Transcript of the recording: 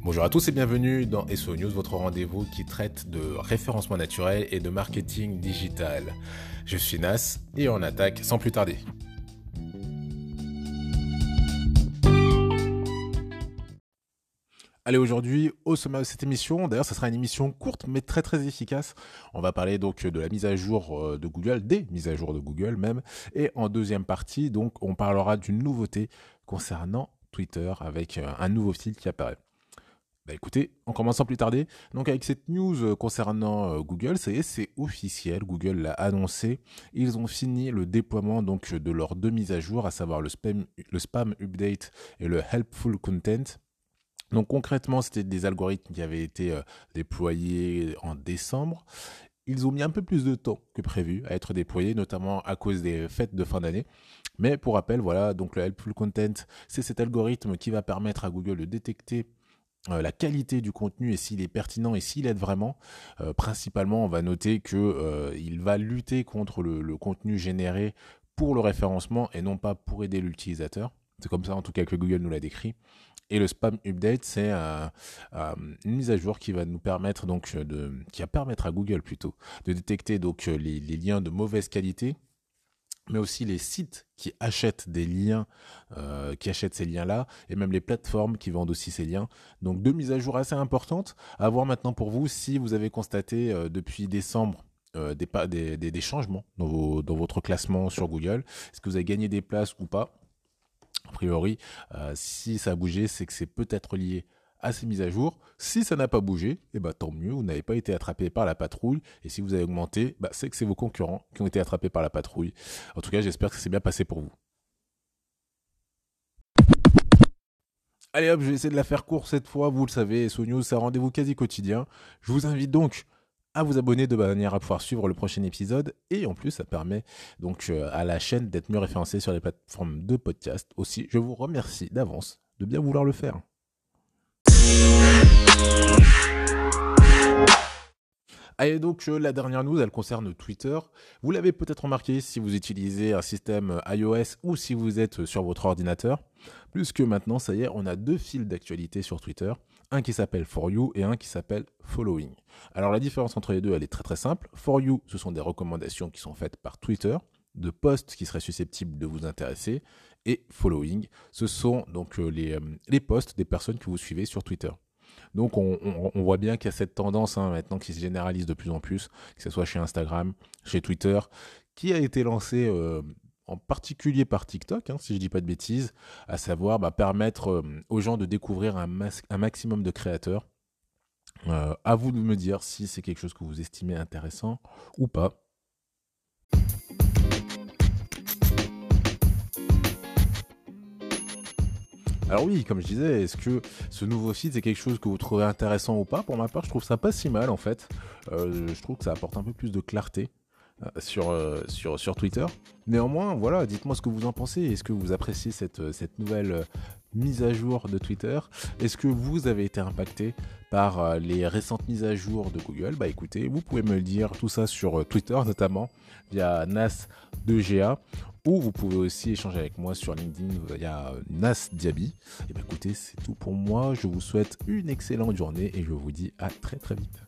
Bonjour à tous et bienvenue dans SEO News, votre rendez-vous qui traite de référencement naturel et de marketing digital. Je suis Nas et on attaque sans plus tarder. Allez, aujourd'hui, au sommet de cette émission, d'ailleurs, ça sera une émission courte mais très très efficace. On va parler donc de la mise à jour de Google, des mises à jour de Google même. Et en deuxième partie, donc, on parlera d'une nouveauté concernant Twitter avec un nouveau fil qui apparaît. Écoutez, on commence sans plus tarder. Donc avec cette news concernant Google, ça y est, c'est officiel. Google l'a annoncé. Ils ont fini le déploiement donc de leurs deux mises à jour, à savoir le spam update et le helpful content. Donc concrètement, c'était des algorithmes qui avaient été déployés en décembre. Ils ont mis un peu plus de temps que prévu à être déployés, notamment à cause des fêtes de fin d'année. Mais pour rappel, voilà, donc le helpful content, c'est cet algorithme qui va permettre à Google de détecter la qualité du contenu et s'il est pertinent et s'il aide vraiment. Principalement, on va noter qu'il va lutter contre le contenu généré pour le référencement et non pas pour aider l'utilisateur. C'est comme ça en tout cas que Google nous l'a décrit. Et le spam update, c'est une mise à jour qui va nous permettre qui va permettre à Google plutôt de détecter donc les liens de mauvaise qualité, mais aussi les sites qui achètent des liens, qui achètent ces liens-là, et même les plateformes qui vendent aussi ces liens. Donc deux mises à jour assez importantes. À voir maintenant pour vous si vous avez constaté depuis décembre des changements dans votre classement sur Google. Est-ce que vous avez gagné des places ou pas ? A priori, si ça a bougé, c'est que c'est peut-être lié à ces mises à jour. Si ça n'a pas bougé, tant mieux, vous n'avez pas été attrapé par la patrouille. Et si vous avez augmenté, c'est que c'est vos concurrents qui ont été attrapés par la patrouille. En tout cas, j'espère que c'est bien passé pour vous. Allez hop, je vais essayer de la faire courte cette fois. Vous le savez, SEO News, c'est un rendez-vous quasi quotidien. Je vous invite donc à vous abonner de manière à pouvoir suivre le prochain épisode. Et en plus, ça permet donc à la chaîne d'être mieux référencée sur les plateformes de podcast. Aussi, je vous remercie d'avance de bien vouloir le faire. Allez, donc la dernière news, elle concerne Twitter. Vous l'avez peut-être remarqué si vous utilisez un système iOS ou si vous êtes sur votre ordinateur, puisque maintenant, ça y est, on a deux fils d'actualité sur Twitter, un qui s'appelle For You et un qui s'appelle Following. Alors la différence entre les deux, elle est très très simple. For You, ce sont des recommandations qui sont faites par Twitter, de posts qui seraient susceptibles de vous intéresser, et Following, ce sont donc les posts des personnes que vous suivez sur Twitter. Donc on voit bien qu'il y a cette tendance maintenant qui se généralise de plus en plus, que ce soit chez Instagram, chez Twitter, qui a été lancée en particulier par TikTok, si je ne dis pas de bêtises, à savoir permettre aux gens de découvrir un maximum de créateurs. À vous de me dire si c'est quelque chose que vous estimez intéressant ou pas. Alors oui, comme je disais, est-ce que ce nouveau site c'est quelque chose que vous trouvez intéressant ou pas ? Pour ma part, je trouve ça pas si mal en fait. Je trouve que ça apporte un peu plus de clarté sur Twitter. Néanmoins, voilà, dites-moi ce que vous en pensez. Est-ce que vous appréciez cette nouvelle mise à jour de Twitter ? Est-ce que vous avez été impacté par les récentes mises à jour de Google ? Écoutez, vous pouvez me le dire, tout ça sur Twitter notamment, via Nas2GA. Ou vous pouvez aussi échanger avec moi sur LinkedIn, il y a Nas Diaby. Écoutez, c'est tout pour moi. Je vous souhaite une excellente journée et je vous dis à très très vite.